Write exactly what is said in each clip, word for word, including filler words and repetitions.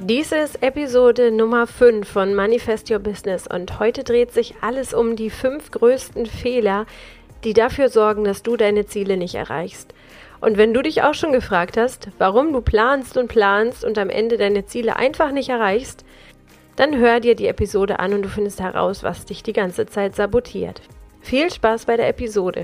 Dies ist Episode Nummer fünf von Manifest Your Business und heute dreht sich alles um die fünf größten Fehler, die dafür sorgen, dass du deine Ziele nicht erreichst. Und wenn du dich auch schon gefragt hast, warum du planst und planst und am Ende deine Ziele einfach nicht erreichst, dann hör dir die Episode an und du findest heraus, was dich die ganze Zeit sabotiert. Viel Spaß bei der Episode!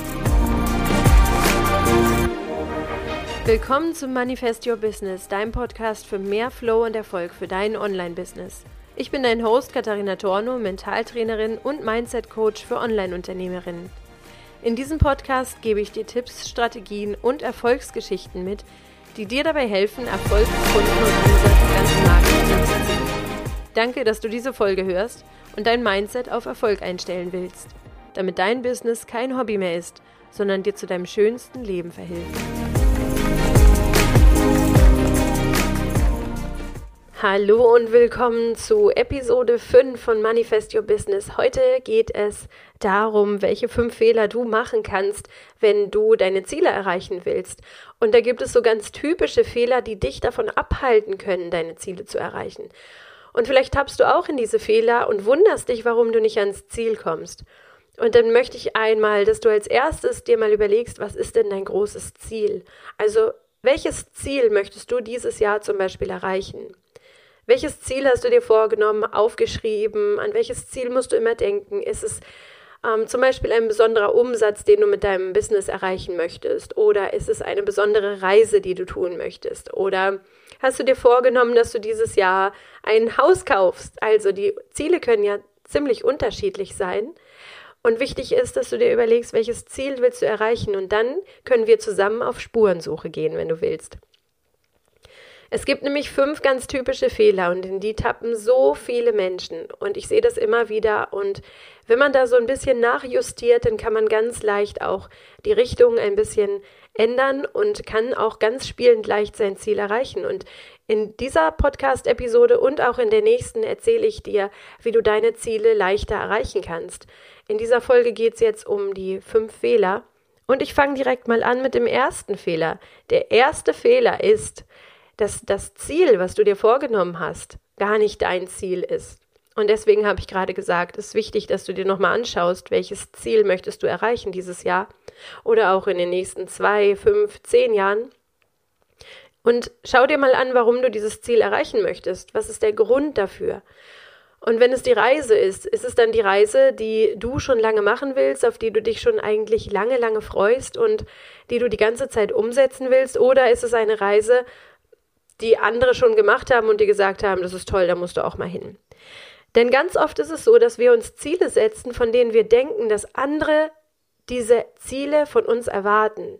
Willkommen zum Manifest Your Business, deinem Podcast für mehr Flow und Erfolg für dein Online-Business. Ich bin dein Host Katharina Torno, Mentaltrainerin und Mindset-Coach für Online-Unternehmerinnen. In diesem Podcast gebe ich dir Tipps, Strategien und Erfolgsgeschichten mit, die dir dabei helfen, Erfolg zu finden und Umsatz ganz magisch umzusetzen. Danke, dass du diese Folge hörst und dein Mindset auf Erfolg einstellen willst, damit dein Business kein Hobby mehr ist, sondern dir zu deinem schönsten Leben verhilft. Hallo und willkommen zu Episode fünf von Manifest Your Business. Heute geht es darum, welche fünf Fehler du machen kannst, wenn du deine Ziele erreichen willst. Und da gibt es so ganz typische Fehler, die dich davon abhalten können, deine Ziele zu erreichen. Und vielleicht tappst du auch in diese Fehler und wunderst dich, warum du nicht ans Ziel kommst. Und dann möchte ich einmal, dass du als erstes dir mal überlegst, was ist denn dein großes Ziel? Also, welches Ziel möchtest du dieses Jahr zum Beispiel erreichen? Welches Ziel hast du dir vorgenommen, aufgeschrieben? An welches Ziel musst du immer denken? Ist es ähm, zum Beispiel ein besonderer Umsatz, den du mit deinem Business erreichen möchtest? Oder ist es eine besondere Reise, die du tun möchtest? Oder hast du dir vorgenommen, dass du dieses Jahr ein Haus kaufst? Also die Ziele können ja ziemlich unterschiedlich sein. Und wichtig ist, dass du dir überlegst, welches Ziel willst du erreichen? Und dann können wir zusammen auf Spurensuche gehen, wenn du willst. Es gibt nämlich fünf ganz typische Fehler und in die tappen so viele Menschen und ich sehe das immer wieder und wenn man da so ein bisschen nachjustiert, dann kann man ganz leicht auch die Richtung ein bisschen ändern und kann auch ganz spielend leicht sein Ziel erreichen. Und in dieser Podcast-Episode und auch in der nächsten erzähle ich dir, wie du deine Ziele leichter erreichen kannst. In dieser Folge geht es jetzt um die fünf Fehler und ich fange direkt mal an mit dem ersten Fehler. Der erste Fehler ist, dass das Ziel, was du dir vorgenommen hast, gar nicht dein Ziel ist. Und deswegen habe ich gerade gesagt, es ist wichtig, dass du dir nochmal anschaust, welches Ziel möchtest du erreichen dieses Jahr oder auch in den nächsten zwei, fünf, zehn Jahren. Und schau dir mal an, warum du dieses Ziel erreichen möchtest. Was ist der Grund dafür? Und wenn es die Reise ist, ist es dann die Reise, die du schon lange machen willst, auf die du dich schon eigentlich lange, lange freust und die du die ganze Zeit umsetzen willst? Oder ist es eine Reise, die andere schon gemacht haben und die gesagt haben, das ist toll, da musst du auch mal hin. Denn ganz oft ist es so, dass wir uns Ziele setzen, von denen wir denken, dass andere diese Ziele von uns erwarten.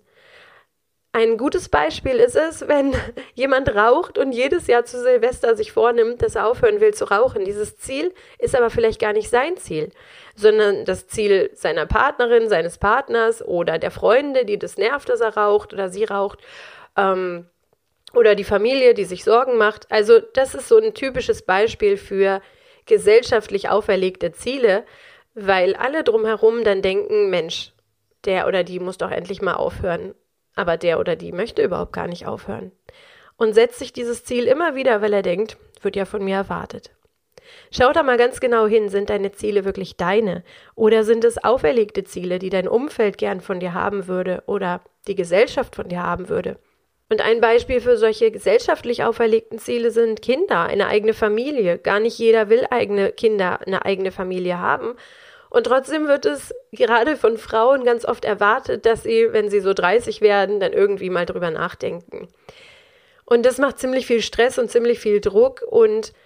Ein gutes Beispiel ist es, wenn jemand raucht und jedes Jahr zu Silvester sich vornimmt, dass er aufhören will zu rauchen. Dieses Ziel ist aber vielleicht gar nicht sein Ziel, sondern das Ziel seiner Partnerin, seines Partners oder der Freunde, die das nervt, dass er raucht oder sie raucht, ähm, oder die Familie, die sich Sorgen macht. Also das ist so ein typisches Beispiel für gesellschaftlich auferlegte Ziele, weil alle drumherum dann denken, Mensch, der oder die muss doch endlich mal aufhören. Aber der oder die möchte überhaupt gar nicht aufhören. Und setzt sich dieses Ziel immer wieder, weil er denkt, wird ja von mir erwartet. Schau da mal ganz genau hin, sind deine Ziele wirklich deine? Oder sind es auferlegte Ziele, die dein Umfeld gern von dir haben würde oder die Gesellschaft von dir haben würde? Und ein Beispiel für solche gesellschaftlich auferlegten Ziele sind Kinder, eine eigene Familie. Gar nicht jeder will eigene Kinder, eine eigene Familie haben. Und trotzdem wird es gerade von Frauen ganz oft erwartet, dass sie, wenn sie so dreißig werden, dann irgendwie mal drüber nachdenken. Und das macht ziemlich viel Stress und ziemlich viel Druck. Und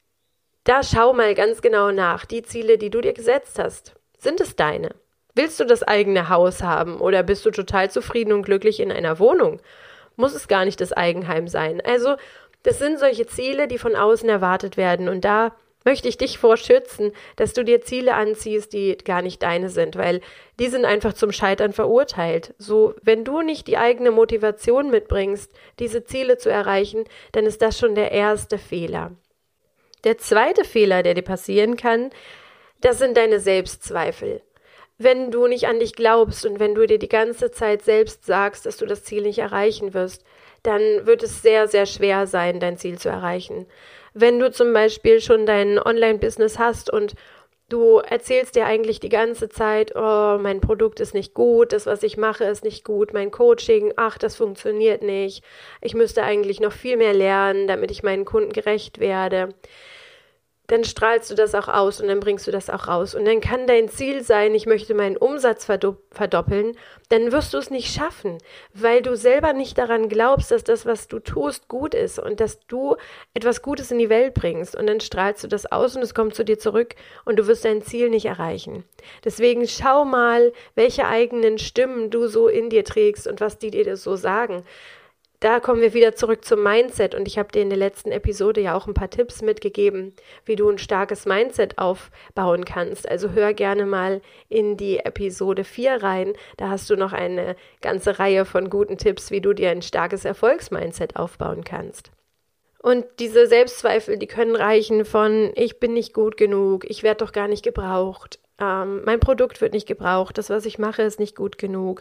da schau mal ganz genau nach. Die Ziele, die du dir gesetzt hast, sind es deine? Willst du das eigene Haus haben oder bist du total zufrieden und glücklich in einer Wohnung? Muss es gar nicht das Eigenheim sein. Also das sind solche Ziele, die von außen erwartet werden und da möchte ich dich vor schützen, dass du dir Ziele anziehst, die gar nicht deine sind, weil die sind einfach zum Scheitern verurteilt. So, wenn du nicht die eigene Motivation mitbringst, diese Ziele zu erreichen, dann ist das schon der erste Fehler. Der zweite Fehler, der dir passieren kann, das sind deine Selbstzweifel. Wenn du nicht an dich glaubst und wenn du dir die ganze Zeit selbst sagst, dass du das Ziel nicht erreichen wirst, dann wird es sehr, sehr schwer sein, dein Ziel zu erreichen. Wenn du zum Beispiel schon dein Online-Business hast und du erzählst dir eigentlich die ganze Zeit, oh, mein Produkt ist nicht gut, das, was ich mache, ist nicht gut, mein Coaching, ach, das funktioniert nicht, ich müsste eigentlich noch viel mehr lernen, damit ich meinen Kunden gerecht werde, dann strahlst du das auch aus und dann bringst du das auch raus. Und dann kann dein Ziel sein, ich möchte meinen Umsatz verdoppeln, dann wirst du es nicht schaffen, weil du selber nicht daran glaubst, dass das, was du tust, gut ist und dass du etwas Gutes in die Welt bringst. Und dann strahlst du das aus und es kommt zu dir zurück und du wirst dein Ziel nicht erreichen. Deswegen schau mal, welche eigenen Stimmen du so in dir trägst und was die dir so sagen. Da kommen wir wieder zurück zum Mindset und ich habe dir in der letzten Episode ja auch ein paar Tipps mitgegeben, wie du ein starkes Mindset aufbauen kannst. Also hör gerne mal in die Episode vier rein, da hast du noch eine ganze Reihe von guten Tipps, wie du dir ein starkes Erfolgsmindset aufbauen kannst. Und diese Selbstzweifel, die können reichen von ich bin nicht gut genug, ich werde doch gar nicht gebraucht, ähm, mein Produkt wird nicht gebraucht, das, was ich mache, ist nicht gut genug.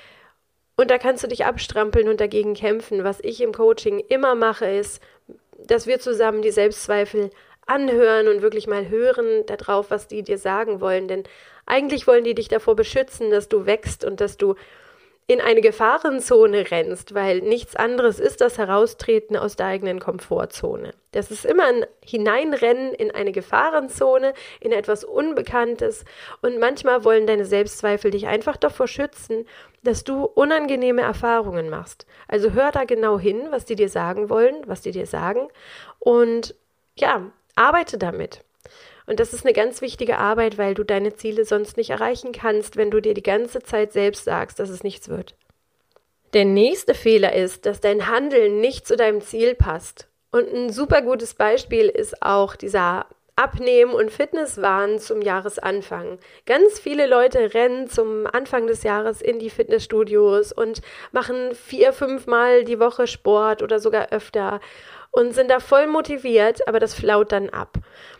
Und da kannst du dich abstrampeln und dagegen kämpfen. Was ich im Coaching immer mache, ist, dass wir zusammen die Selbstzweifel anhören und wirklich mal hören darauf, was die dir sagen wollen. Denn eigentlich wollen die dich davor beschützen, dass du wächst und dass du in eine Gefahrenzone rennst, weil nichts anderes ist das Heraustreten aus der eigenen Komfortzone. Das ist immer ein Hineinrennen in eine Gefahrenzone, in etwas Unbekanntes und manchmal wollen deine Selbstzweifel dich einfach davor schützen, dass du unangenehme Erfahrungen machst. Also hör da genau hin, was die dir sagen wollen, was die dir sagen und ja, arbeite damit. Und das ist eine ganz wichtige Arbeit, weil du deine Ziele sonst nicht erreichen kannst, wenn du dir die ganze Zeit selbst sagst, dass es nichts wird. Der nächste Fehler ist, dass dein Handeln nicht zu deinem Ziel passt. Und ein super gutes Beispiel ist auch dieser Abnehmen- und Fitnesswahn zum Jahresanfang. Ganz viele Leute rennen zum Anfang des Jahres in die Fitnessstudios und machen vier, fünf Mal die Woche Sport oder sogar öfter und sind da voll motiviert, aber das flaut dann ab.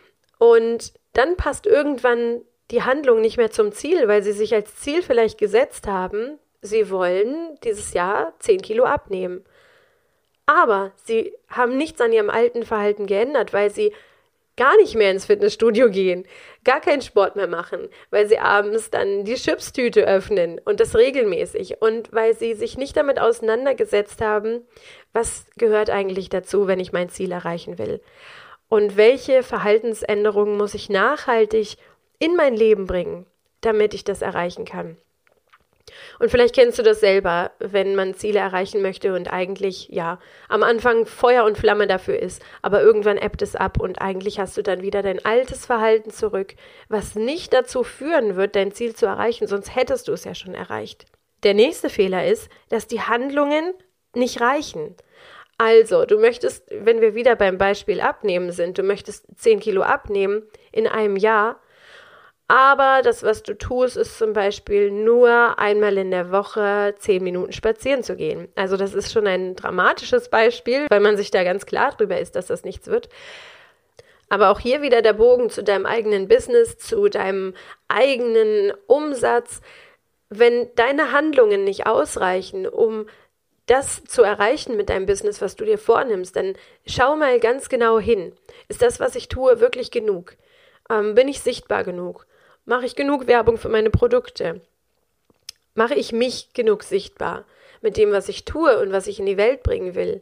Und dann passt irgendwann die Handlung nicht mehr zum Ziel, weil sie sich als Ziel vielleicht gesetzt haben, sie wollen dieses Jahr zehn Kilo abnehmen. Aber sie haben nichts an ihrem alten Verhalten geändert, weil sie gar nicht mehr ins Fitnessstudio gehen, gar keinen Sport mehr machen, weil sie abends dann die Chipstüte öffnen und das regelmäßig und weil sie sich nicht damit auseinandergesetzt haben, was gehört eigentlich dazu, wenn ich mein Ziel erreichen will. Und welche Verhaltensänderungen muss ich nachhaltig in mein Leben bringen, damit ich das erreichen kann? Und vielleicht kennst du das selber, wenn man Ziele erreichen möchte und eigentlich, ja, am Anfang Feuer und Flamme dafür ist, aber irgendwann ebbt es ab und eigentlich hast du dann wieder dein altes Verhalten zurück, was nicht dazu führen wird, dein Ziel zu erreichen, sonst hättest du es ja schon erreicht. Der nächste Fehler ist, dass die Handlungen nicht reichen. Also, du möchtest, wenn wir wieder beim Beispiel Abnehmen sind, du möchtest zehn Kilo abnehmen in einem Jahr, aber das, was du tust, ist zum Beispiel nur einmal in der Woche zehn Minuten spazieren zu gehen. Also das ist schon ein dramatisches Beispiel, weil man sich da ganz klar drüber ist, dass das nichts wird. Aber auch hier wieder der Bogen zu deinem eigenen Business, zu deinem eigenen Umsatz. Wenn deine Handlungen nicht ausreichen, um das zu erreichen mit deinem Business, was du dir vornimmst, dann schau mal ganz genau hin. Ist das, was ich tue, wirklich genug? Ähm, bin ich sichtbar genug? Mache ich genug Werbung für meine Produkte? Mache ich mich genug sichtbar mit dem, was ich tue und was ich in die Welt bringen will?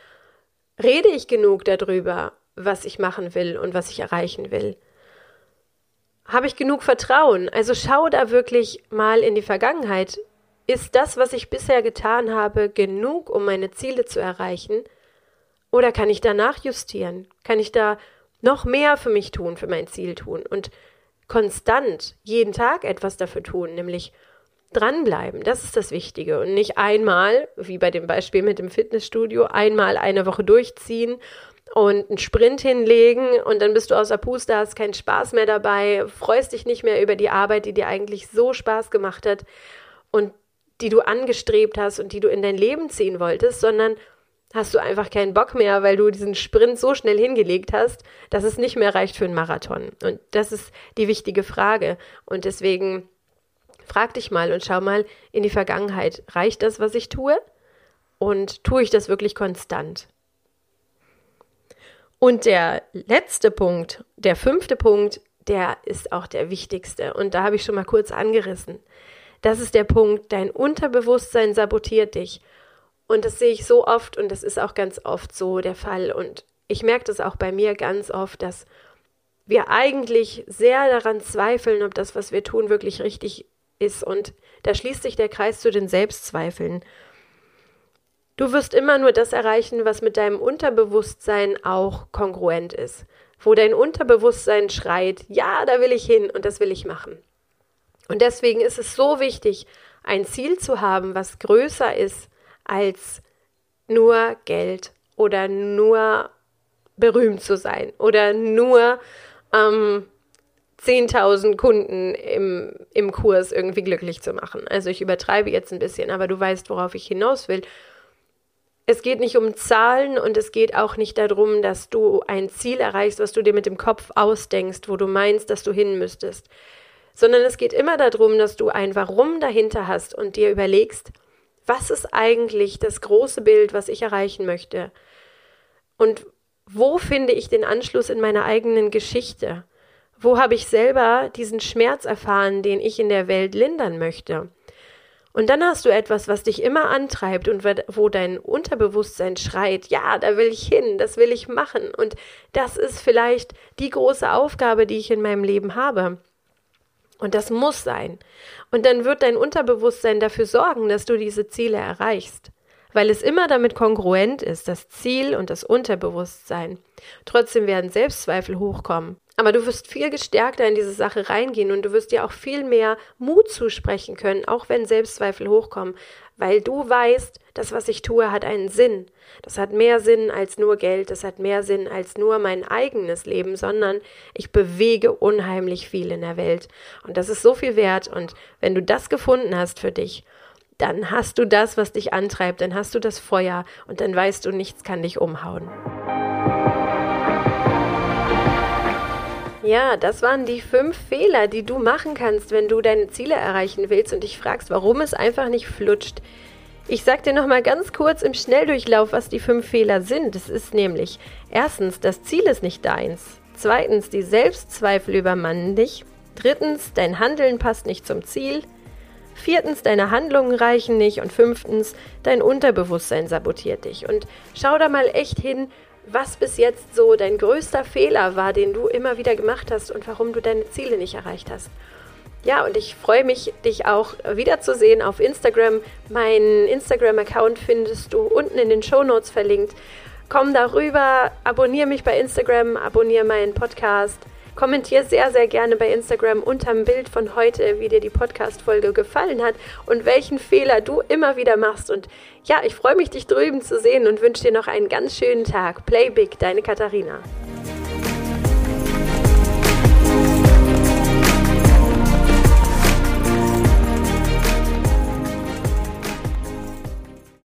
Rede ich genug darüber, was ich machen will und was ich erreichen will? Habe ich genug Vertrauen? Also schau da wirklich mal in die Vergangenheit. Ist das, was ich bisher getan habe, genug, um meine Ziele zu erreichen? Oder kann ich danach justieren? Kann ich da noch mehr für mich tun, für mein Ziel tun und konstant jeden Tag etwas dafür tun, nämlich dranbleiben, das ist das Wichtige und nicht einmal, wie bei dem Beispiel mit dem Fitnessstudio, einmal eine Woche durchziehen und einen Sprint hinlegen und dann bist du außer Puste, hast keinen Spaß mehr dabei, freust dich nicht mehr über die Arbeit, die dir eigentlich so Spaß gemacht hat und die du angestrebt hast und die du in dein Leben ziehen wolltest, sondern hast du einfach keinen Bock mehr, weil du diesen Sprint so schnell hingelegt hast, dass es nicht mehr reicht für einen Marathon. Und das ist die wichtige Frage. Und deswegen frag dich mal und schau mal in die Vergangenheit. Reicht das, was ich tue? und tue ich das wirklich konstant? Und der letzte Punkt, der fünfte Punkt, der ist auch der wichtigste. Und da habe ich schon mal kurz angerissen. Das ist der Punkt, dein Unterbewusstsein sabotiert dich. Und das sehe ich so oft und das ist auch ganz oft so der Fall. Und ich merke das auch bei mir ganz oft, dass wir eigentlich sehr daran zweifeln, ob das, was wir tun, wirklich richtig ist. Und da schließt sich der Kreis zu den Selbstzweifeln. Du wirst immer nur das erreichen, was mit deinem Unterbewusstsein auch kongruent ist. Wo dein Unterbewusstsein schreit, ja, da will ich hin und das will ich machen. Und deswegen ist es so wichtig, ein Ziel zu haben, was größer ist als nur Geld oder nur berühmt zu sein oder nur ähm, zehntausend Kunden im, im Kurs irgendwie glücklich zu machen. Also ich übertreibe jetzt ein bisschen, aber du weißt, worauf ich hinaus will. Es geht nicht um Zahlen und es geht auch nicht darum, dass du ein Ziel erreichst, was du dir mit dem Kopf ausdenkst, wo du meinst, dass du hin müsstest. Sondern es geht immer darum, dass du ein Warum dahinter hast und dir überlegst, was ist eigentlich das große Bild, was ich erreichen möchte? Und wo finde ich den Anschluss in meiner eigenen Geschichte? Wo habe ich selber diesen Schmerz erfahren, den ich in der Welt lindern möchte? Und dann hast du etwas, was dich immer antreibt und wo dein Unterbewusstsein schreit, ja, da will ich hin, das will ich machen. Und das ist vielleicht die große Aufgabe, die ich in meinem Leben habe. Und das muss sein. Und dann wird dein Unterbewusstsein dafür sorgen, dass du diese Ziele erreichst. Weil es immer damit kongruent ist, das Ziel und das Unterbewusstsein. Trotzdem werden Selbstzweifel hochkommen. Aber du wirst viel gestärkter in diese Sache reingehen und du wirst dir auch viel mehr Mut zusprechen können, auch wenn Selbstzweifel hochkommen, weil du weißt, das, was ich tue, hat einen Sinn. Das hat mehr Sinn als nur Geld, das hat mehr Sinn als nur mein eigenes Leben, sondern ich bewege unheimlich viel in der Welt. Und das ist so viel wert. Und wenn du das gefunden hast für dich, dann hast du das, was dich antreibt, dann hast du das Feuer und dann weißt du, nichts kann dich umhauen. Ja, das waren die fünf Fehler, die du machen kannst, wenn du deine Ziele erreichen willst und dich fragst, warum es einfach nicht flutscht. Ich sag dir nochmal ganz kurz im Schnelldurchlauf, was die fünf Fehler sind. Es ist nämlich, erstens, das Ziel ist nicht deins. Zweitens, die Selbstzweifel übermannen dich. Drittens, dein Handeln passt nicht zum Ziel. Viertens, deine Handlungen reichen nicht. Und fünftens, dein Unterbewusstsein sabotiert dich. Und schau da mal echt hin, was bis jetzt so dein größter Fehler war, den du immer wieder gemacht hast und warum du deine Ziele nicht erreicht hast. Ja, und ich freue mich, dich auch wiederzusehen auf Instagram. Meinen Instagram-Account findest du unten in den Shownotes verlinkt. Komm darüber, abonniere mich bei Instagram, abonniere meinen Podcast. Kommentier sehr, sehr gerne bei Instagram unterm Bild von heute, wie dir die Podcast-Folge gefallen hat und welchen Fehler du immer wieder machst. Und ja, ich freue mich, dich drüben zu sehen und wünsche dir noch einen ganz schönen Tag. Play big, deine Katharina.